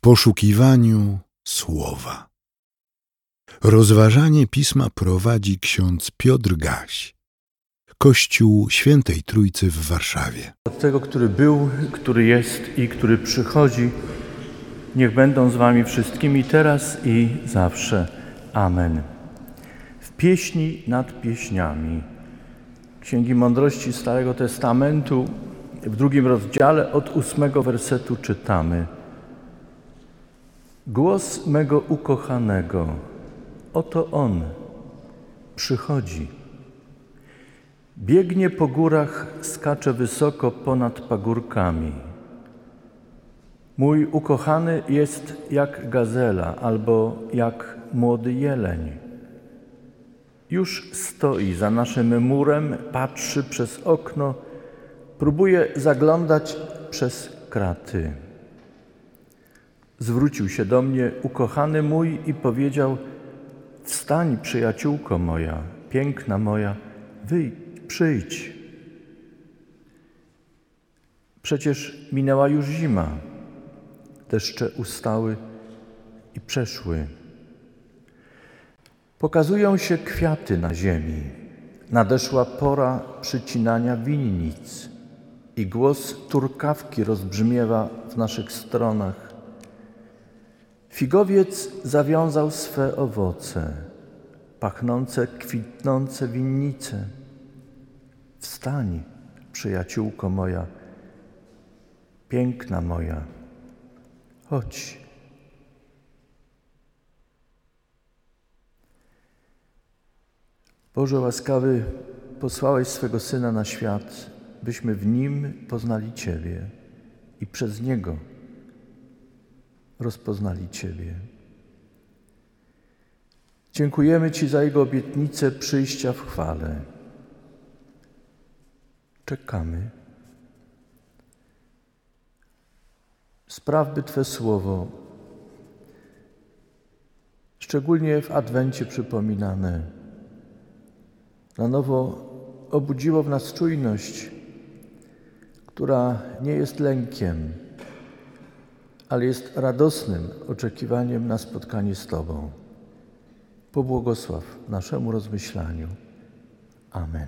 poszukiwaniu słowa. Rozważanie pisma prowadzi ksiądz Piotr Gaś, Kościół Świętej Trójcy w Warszawie. Od tego, który był, który jest i który przychodzi, niech będą z wami wszystkimi teraz i zawsze. Amen. W pieśni nad pieśniami Księgi Mądrości Starego Testamentu w 2 rozdziale od 8 wersetu czytamy: Głos mego ukochanego, oto on przychodzi. Biegnie po górach, skacze wysoko ponad pagórkami. Mój ukochany jest jak gazela albo jak młody jeleń. Już stoi za naszym murem, patrzy przez okno, próbuje zaglądać przez kraty. Zwrócił się do mnie ukochany mój i powiedział: wstań, przyjaciółko moja, piękna moja, przyjdź. Przecież minęła już zima, deszcze ustały i przeszły. Pokazują się kwiaty na ziemi, nadeszła pora przycinania winnic i głos turkawki rozbrzmiewa w naszych stronach. Figowiec zawiązał swe owoce, pachnące, kwitnące winnice. Wstań, przyjaciółko moja, piękna moja, chodź. Boże łaskawy, posłałeś swego Syna na świat, byśmy w Nim poznali Ciebie i przez Niego rozpoznali Ciebie. Dziękujemy Ci za Jego obietnicę przyjścia w chwale. Czekamy. Spraw, by Twe słowo, szczególnie w Adwencie przypominane, na nowo obudziło w nas czujność, która nie jest lękiem, ale jest radosnym oczekiwaniem na spotkanie z Tobą. Pobłogosław naszemu rozmyślaniu. Amen.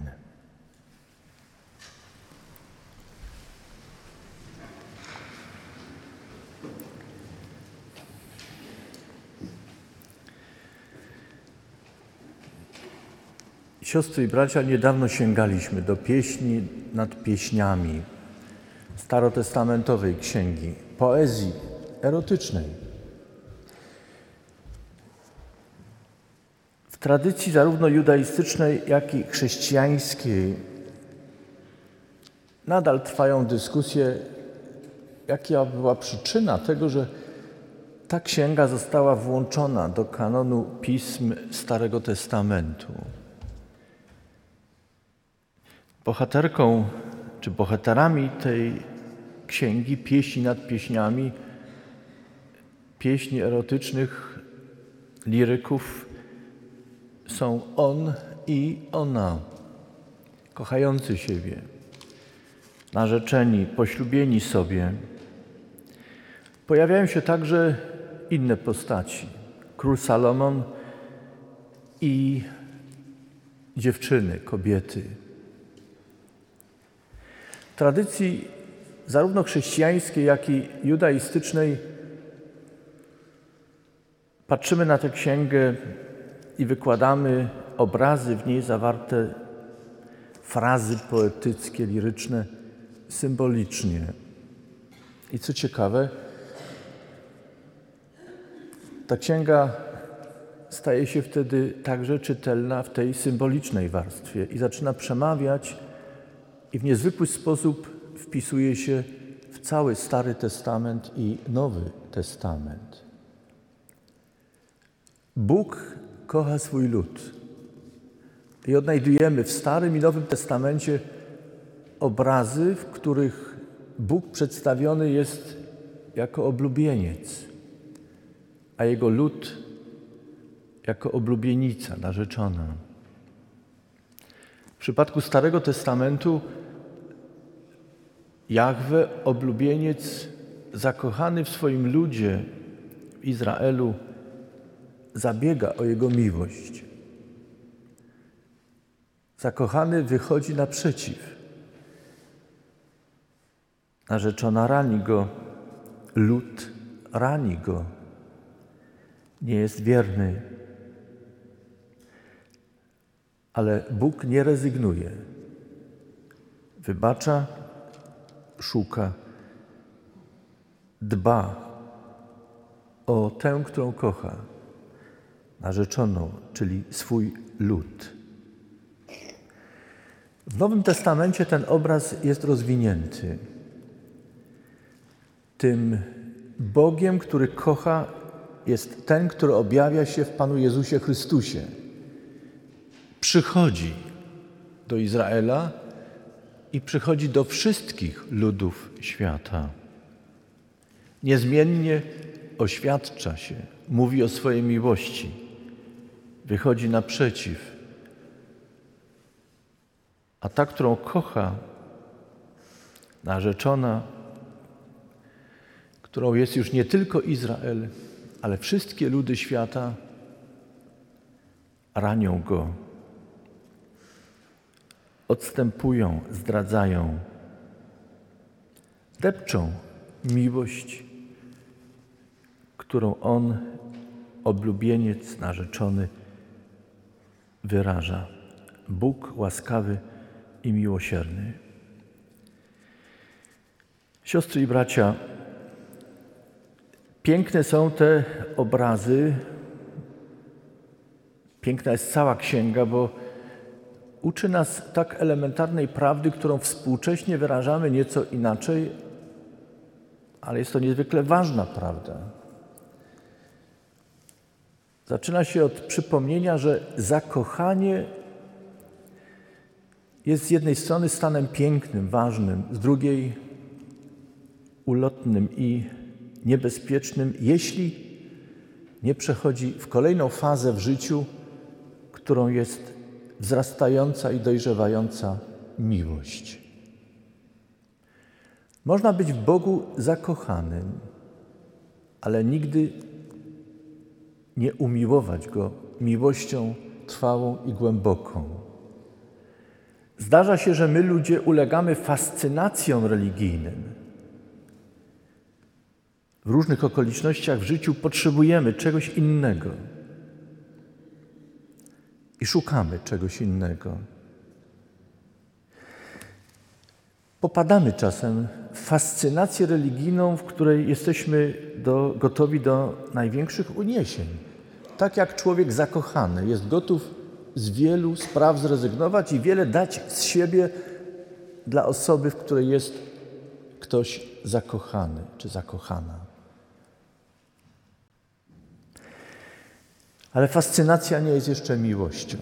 Siostry i bracia, niedawno sięgaliśmy do pieśni nad pieśniami starotestamentowej księgi, poezji erotycznej. W tradycji zarówno judaistycznej, jak i chrześcijańskiej nadal trwają dyskusje, jaka była przyczyna tego, że ta księga została włączona do kanonu pism Starego Testamentu. Bohaterką czy bohaterami tej księgi, pieśni nad pieśniami, pieśni erotycznych liryków są on i ona, kochający siebie, narzeczeni, poślubieni sobie. Pojawiają się także inne postaci. Król Salomon i dziewczyny, kobiety. W tradycji zarówno chrześcijańskiej, jak i judaistycznej patrzymy na tę księgę i wykładamy obrazy w niej zawarte, frazy poetyckie, liryczne, symbolicznie. I co ciekawe, ta księga staje się wtedy także czytelna w tej symbolicznej warstwie i zaczyna przemawiać i w niezwykły sposób wpisuje się w cały Stary Testament i Nowy Testament. Bóg kocha swój lud i odnajdujemy w Starym i Nowym Testamencie obrazy, w których Bóg przedstawiony jest jako oblubieniec, a Jego lud jako oblubienica, narzeczona. W przypadku Starego Testamentu Jahwe, oblubieniec, zakochany w swoim ludzie, w Izraelu zabiega o Jego miłość. Zakochany wychodzi naprzeciw. Narzeczona rani go, lud rani go. Nie jest wierny. Ale Bóg nie rezygnuje. Wybacza, szuka, dba o tę, którą kocha, narzeczoną, czyli swój lud. W Nowym Testamencie ten obraz jest rozwinięty. Tym Bogiem, który kocha, jest ten, który objawia się w Panu Jezusie Chrystusie. Przychodzi do Izraela i przychodzi do wszystkich ludów świata. Niezmiennie oświadcza się, mówi o swojej miłości, wychodzi naprzeciw. A ta, którą kocha, narzeczona, którą jest już nie tylko Izrael, ale wszystkie ludy świata, ranią go, odstępują, zdradzają, depczą miłość, którą on, oblubieniec, narzeczony, wyraża. Bóg łaskawy i miłosierny. Siostry i bracia, piękne są te obrazy, piękna jest cała księga, bo uczy nas tak elementarnej prawdy, którą współcześnie wyrażamy nieco inaczej, ale jest to niezwykle ważna prawda. Zaczyna się od przypomnienia, że zakochanie jest z jednej strony stanem pięknym, ważnym, z drugiej ulotnym i niebezpiecznym, jeśli nie przechodzi w kolejną fazę w życiu, którą jest wzrastająca i dojrzewająca miłość. Można być w Bogu zakochanym, ale nigdy nie umiłować Go miłością trwałą i głęboką. Zdarza się, że my ludzie ulegamy fascynacjom religijnym. W różnych okolicznościach w życiu potrzebujemy czegoś innego i szukamy czegoś innego. Popadamy czasem w fascynację religijną, w której jesteśmy gotowi do największych uniesień. Tak jak człowiek zakochany jest gotów z wielu spraw zrezygnować i wiele dać z siebie dla osoby, w której jest ktoś zakochany czy zakochana. Ale fascynacja nie jest jeszcze miłością.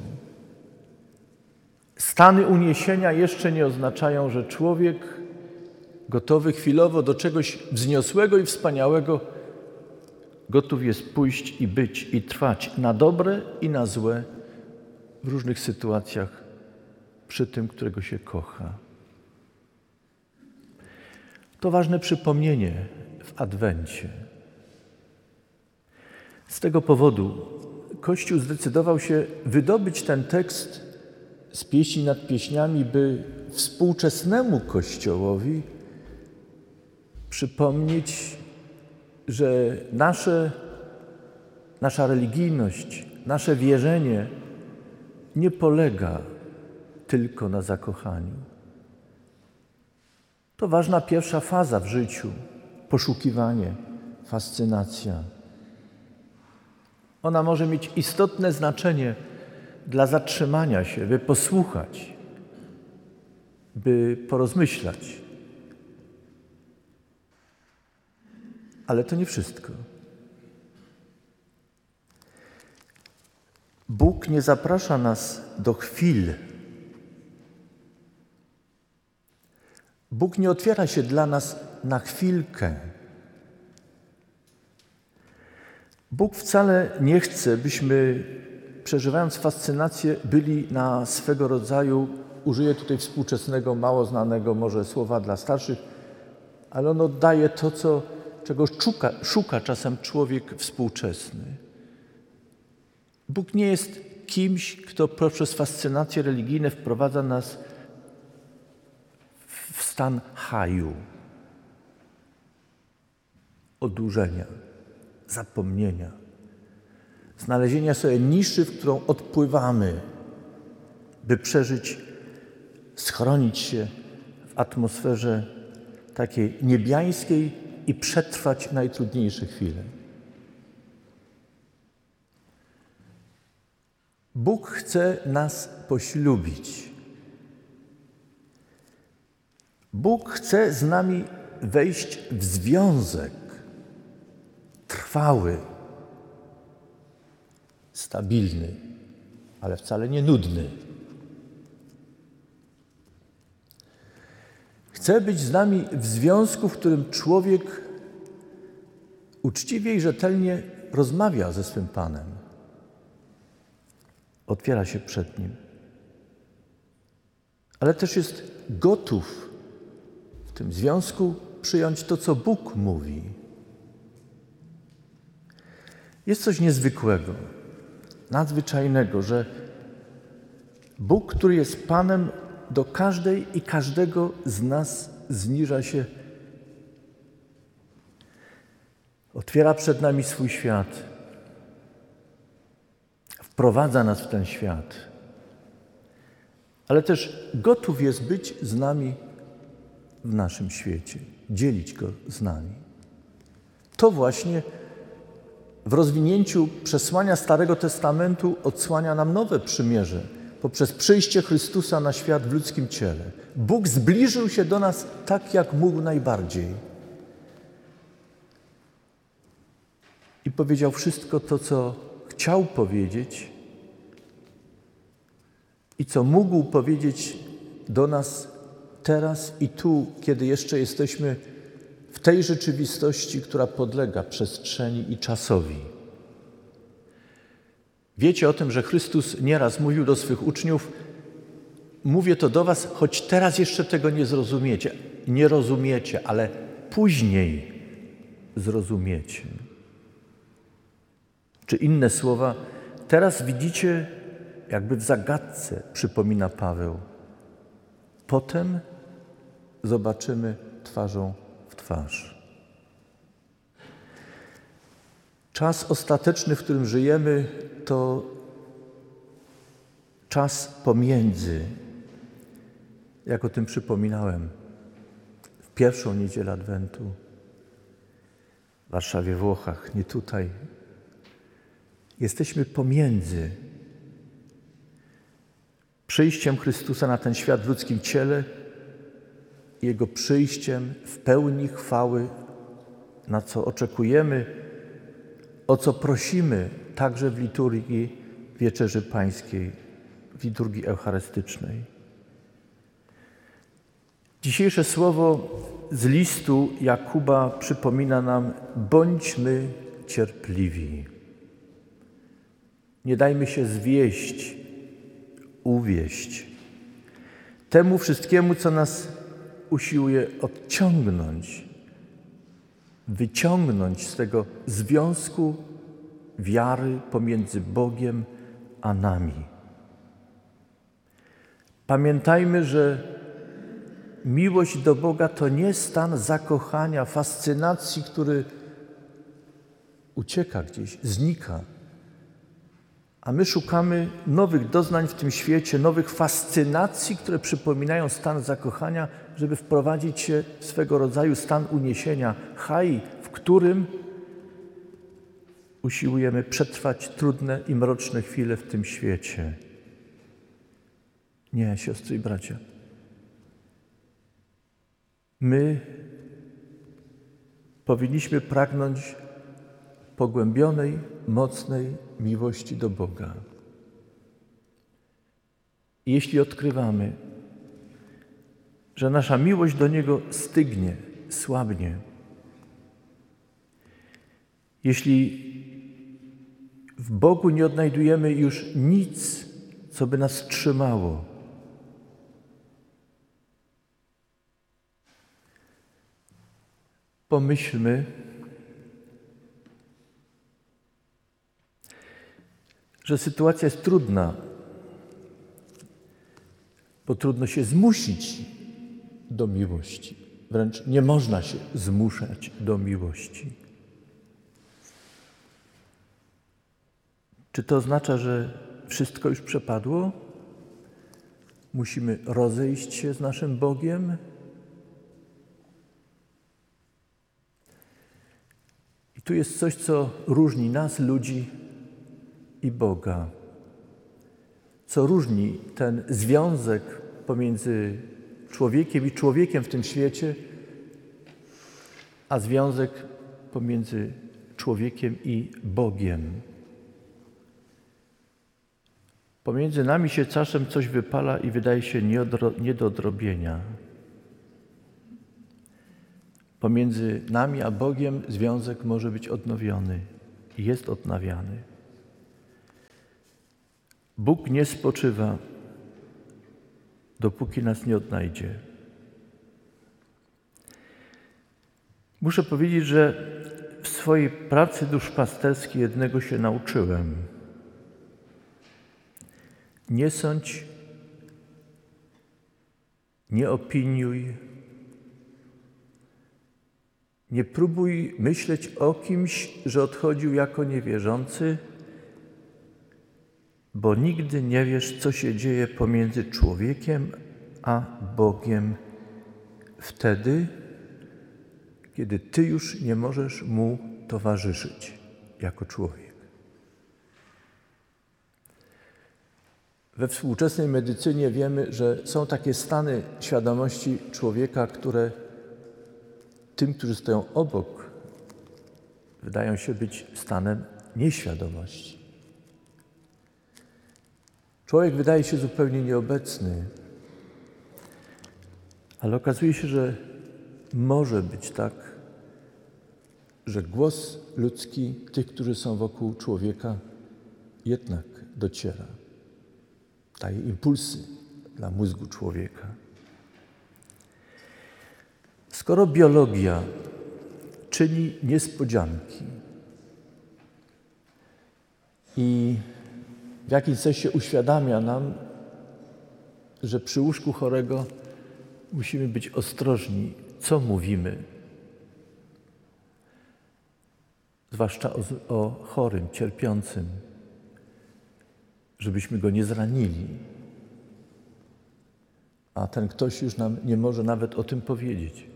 Stany uniesienia jeszcze nie oznaczają, że człowiek gotowy chwilowo do czegoś wzniosłego i wspaniałego gotów jest pójść i być i trwać na dobre i na złe w różnych sytuacjach przy tym, którego się kocha. To ważne przypomnienie w Adwencie. Z tego powodu Kościół zdecydował się wydobyć ten tekst z pieśni nad pieśniami, by współczesnemu Kościołowi przypomnieć, że nasza religijność, nasze wierzenie nie polega tylko na zakochaniu. To ważna pierwsza faza w życiu, poszukiwanie, fascynacja. Ona może mieć istotne znaczenie dla zatrzymania się, by posłuchać, by porozmyślać. Ale to nie wszystko. Bóg nie zaprasza nas do chwil. Bóg nie otwiera się dla nas na chwilkę. Bóg wcale nie chce, byśmy, przeżywając fascynację, byli na swego rodzaju, użyję tutaj współczesnego, mało znanego może słowa dla starszych, ale on oddaje to, co czego szuka czasem człowiek współczesny. Bóg nie jest kimś, kto poprzez fascynacje religijne wprowadza nas w stan haju, odurzenia, zapomnienia, znalezienia sobie niszy, w którą odpływamy, by przeżyć, schronić się w atmosferze takiej niebiańskiej i przetrwać najtrudniejsze chwile. Bóg chce nas poślubić. Bóg chce z nami wejść w związek trwały, stabilny, ale wcale nie nudny. Chce być z nami w związku, w którym człowiek uczciwie i rzetelnie rozmawia ze swym Panem. Otwiera się przed Nim. Ale też jest gotów w tym związku przyjąć to, co Bóg mówi. Jest coś niezwykłego, nadzwyczajnego, że Bóg, który jest Panem, do każdej i każdego z nas zniża się, otwiera przed nami swój świat, wprowadza nas w ten świat, ale też gotów jest być z nami w naszym świecie, dzielić go z nami. To właśnie w rozwinięciu przesłania Starego Testamentu odsłania nam nowe przymierze poprzez przyjście Chrystusa na świat w ludzkim ciele. Bóg zbliżył się do nas tak, jak mógł najbardziej. I powiedział wszystko to, co chciał powiedzieć i co mógł powiedzieć do nas teraz i tu, kiedy jeszcze jesteśmy w tej rzeczywistości, która podlega przestrzeni i czasowi. Wiecie o tym, że Chrystus nieraz mówił do swych uczniów: mówię to do was, choć teraz jeszcze tego nie rozumiecie, ale później zrozumiecie. Czy inne słowa, teraz widzicie, jakby w zagadce, przypomina Paweł. Potem zobaczymy twarzą w twarz. Czas ostateczny, w którym żyjemy, to czas pomiędzy, jak o tym przypominałem, w pierwszą niedzielę Adwentu, w Warszawie, Włochach, nie tutaj. Jesteśmy pomiędzy przyjściem Chrystusa na ten świat w ludzkim ciele i Jego przyjściem w pełni chwały, na co oczekujemy, o co prosimy także w liturgii Wieczerzy Pańskiej, w liturgii eucharystycznej. Dzisiejsze słowo z listu Jakuba przypomina nam: bądźmy cierpliwi. Nie dajmy się zwieść, uwieść temu wszystkiemu, co nas usiłuje odciągnąć, wyciągnąć z tego związku wiary pomiędzy Bogiem a nami. Pamiętajmy, że miłość do Boga to nie stan zakochania, fascynacji, który ucieka gdzieś, znika. A my szukamy nowych doznań w tym świecie, nowych fascynacji, które przypominają stan zakochania, żeby wprowadzić się w swego rodzaju stan uniesienia, haj, w którym usiłujemy przetrwać trudne i mroczne chwile w tym świecie. Nie, siostry i bracia. My powinniśmy pragnąć pogłębionej, mocnej miłości do Boga. I jeśli odkrywamy, że nasza miłość do Niego stygnie, słabnie, jeśli w Bogu nie odnajdujemy już nic, co by nas trzymało, pomyślmy, że sytuacja jest trudna, bo trudno się zmusić do miłości. Wręcz nie można się zmuszać do miłości. Czy to oznacza, że wszystko już przepadło? Musimy rozejść się z naszym Bogiem? I tu jest coś, co różni nas, ludzi, i Boga. Co różni ten związek pomiędzy człowiekiem i człowiekiem w tym świecie, a związek pomiędzy człowiekiem i Bogiem. Pomiędzy nami się czasem coś wypala i wydaje się nie do odrobienia. Pomiędzy nami a Bogiem związek może być odnowiony i jest odnawiany. Bóg nie spoczywa, dopóki nas nie odnajdzie. Muszę powiedzieć, że w swojej pracy duszpasterskiej jednego się nauczyłem. Nie sądź, nie opiniuj, nie próbuj myśleć o kimś, że odchodził jako niewierzący, bo nigdy nie wiesz, co się dzieje pomiędzy człowiekiem a Bogiem wtedy, kiedy ty już nie możesz mu towarzyszyć jako człowiek. We współczesnej medycynie wiemy, że są takie stany świadomości człowieka, które tym, którzy stoją obok, wydają się być stanem nieświadomości. Człowiek wydaje się zupełnie nieobecny, ale okazuje się, że może być tak, że głos ludzki tych, którzy są wokół człowieka, jednak dociera. Daje impulsy dla mózgu człowieka. Skoro biologia czyni niespodzianki i w jakimś sensie uświadamia nam, że przy łóżku chorego musimy być ostrożni, co mówimy, zwłaszcza o chorym, cierpiącym, żebyśmy go nie zranili. A ten ktoś już nam nie może nawet o tym powiedzieć.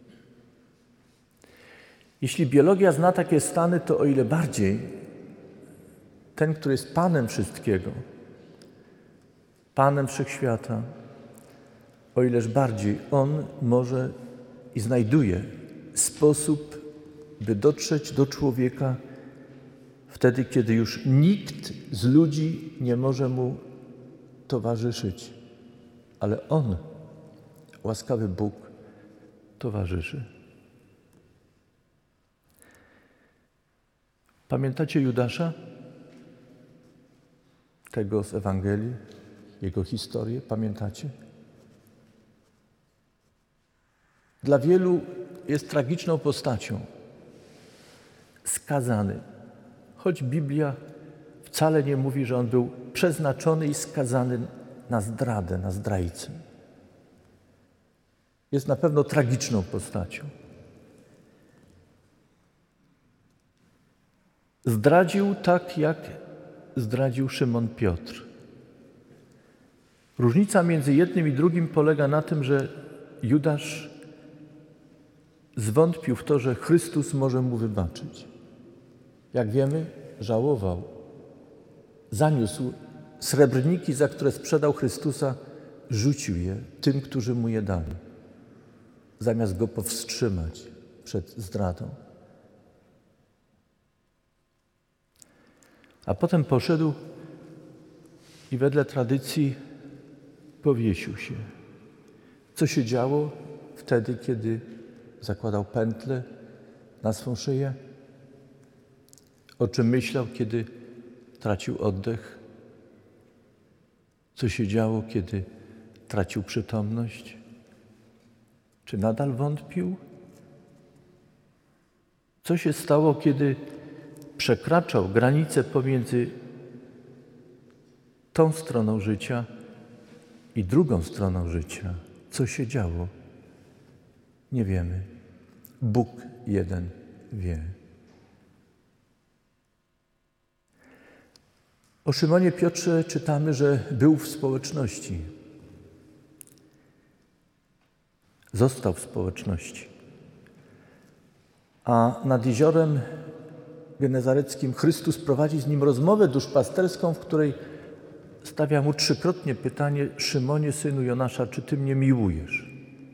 Jeśli biologia zna takie stany, to o ile bardziej ten, który jest Panem wszystkiego, Panem Wszechświata, o ileż bardziej On może i znajduje sposób, by dotrzeć do człowieka wtedy, kiedy już nikt z ludzi nie może mu towarzyszyć, ale On, łaskawy Bóg, towarzyszy. Pamiętacie Judasza? Tego z Ewangelii, jego historię, pamiętacie? Dla wielu jest tragiczną postacią. Skazany. Choć Biblia wcale nie mówi, że on był przeznaczony i skazany na zdradę, na zdrajcę. Jest na pewno tragiczną postacią. Zdradził tak, jak zdradził Szymon Piotr. Różnica między jednym i drugim polega na tym, że Judasz zwątpił w to, że Chrystus może mu wybaczyć. Jak wiemy, żałował. Zaniósł srebrniki, za które sprzedał Chrystusa, rzucił je tym, którzy mu je dali, zamiast go powstrzymać przed zdradą. A potem poszedł i wedle tradycji powiesił się. Co się działo wtedy, kiedy zakładał pętlę na swą szyję? O czym myślał, kiedy tracił oddech? Co się działo, kiedy tracił przytomność? Czy nadal wątpił? Co się stało, kiedy przekraczał granicę pomiędzy tą stroną życia i drugą stroną życia. Co się działo? Nie wiemy. Bóg jeden wie. O Szymonie Piotrze czytamy, że był w społeczności. Został w społeczności. A nad jeziorem genezareckim Chrystus prowadzi z nim rozmowę duszpasterską, w której stawia mu trzykrotnie pytanie: Szymonie, synu Jonasza, czy ty mnie miłujesz?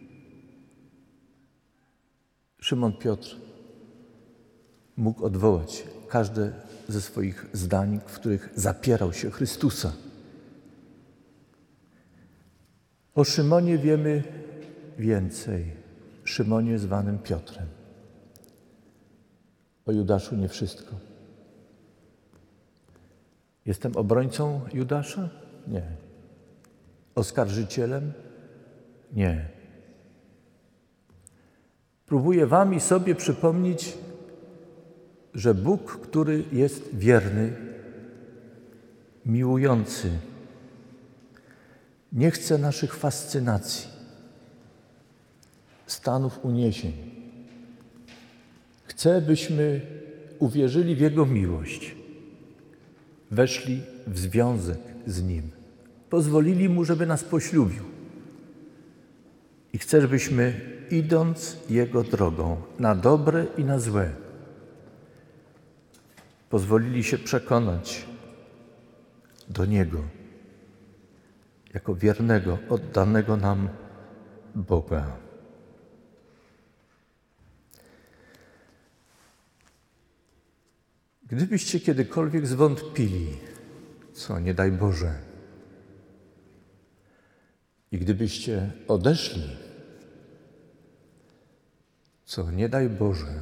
Szymon Piotr mógł odwołać każde ze swoich zdań, w których zapierał się Chrystusa. O Szymonie wiemy więcej. Szymonie zwanym Piotrem. O Judaszu nie wszystko. Jestem obrońcą Judasza? Nie. Oskarżycielem? Nie. Próbuję wam i sobie przypomnieć, że Bóg, który jest wierny, miłujący, nie chce naszych fascynacji, stanów uniesień. Chce, byśmy uwierzyli w Jego miłość, weszli w związek z Nim, pozwolili Mu, żeby nas poślubił. I chce, żebyśmy, idąc Jego drogą, na dobre i na złe, pozwolili się przekonać do Niego, jako wiernego, oddanego nam Boga. Gdybyście kiedykolwiek zwątpili, co nie daj Boże, i gdybyście odeszli, co nie daj Boże,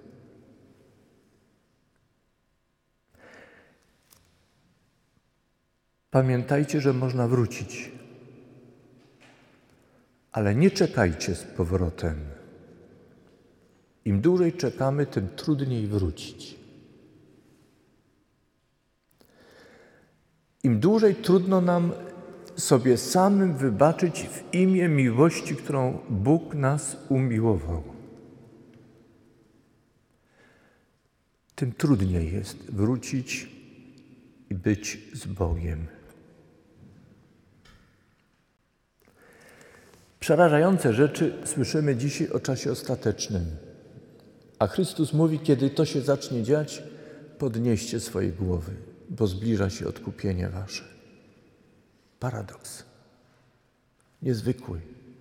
pamiętajcie, że można wrócić, ale nie czekajcie z powrotem. Im dłużej czekamy, tym trudniej wrócić. Im dłużej trudno nam sobie samym wybaczyć w imię miłości, którą Bóg nas umiłował, tym trudniej jest wrócić i być z Bogiem. Przerażające rzeczy słyszymy dzisiaj o czasie ostatecznym. A Chrystus mówi, kiedy to się zacznie dziać, podnieście swoje głowy, bo zbliża się odkupienie wasze. Paradoks. Niezwykły.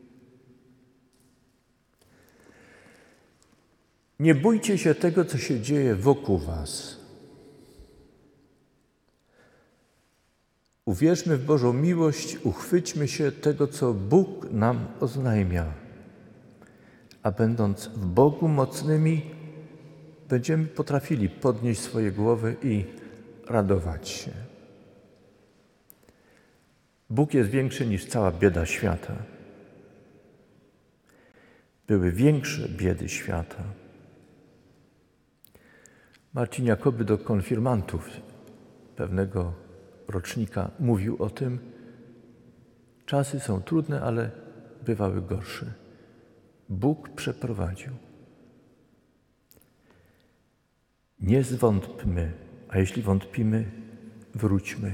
Nie bójcie się tego, co się dzieje wokół was. Uwierzmy w Bożą miłość, uchwyćmy się tego, co Bóg nam oznajmia. A będąc w Bogu mocnymi, będziemy potrafili podnieść swoje głowy i radować się. Bóg jest większy niż cała bieda świata. Były większe biedy świata. Marcin Jakoby do konfirmantów pewnego rocznika mówił o tym: czasy są trudne, ale bywały gorsze. Bóg przeprowadził. Nie zwątpmy, a jeśli wątpimy, wróćmy.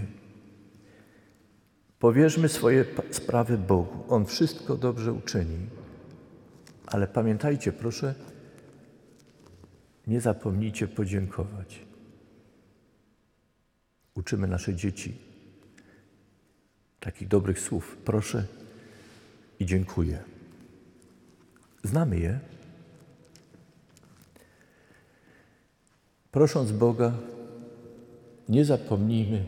Powierzmy swoje sprawy Bogu. On wszystko dobrze uczyni. Ale pamiętajcie, proszę, nie zapomnijcie podziękować. Uczymy nasze dzieci takich dobrych słów. Proszę i dziękuję. Znamy je. Prosząc Boga, nie zapomnijmy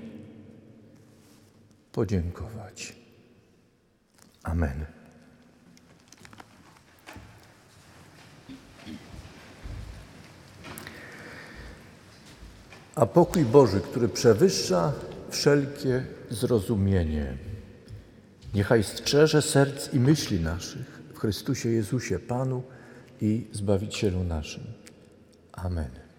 podziękować. Amen. A pokój Boży, który przewyższa wszelkie zrozumienie, niechaj strzeże serc i myśli naszych w Chrystusie Jezusie, Panu i Zbawicielu naszym. Amen.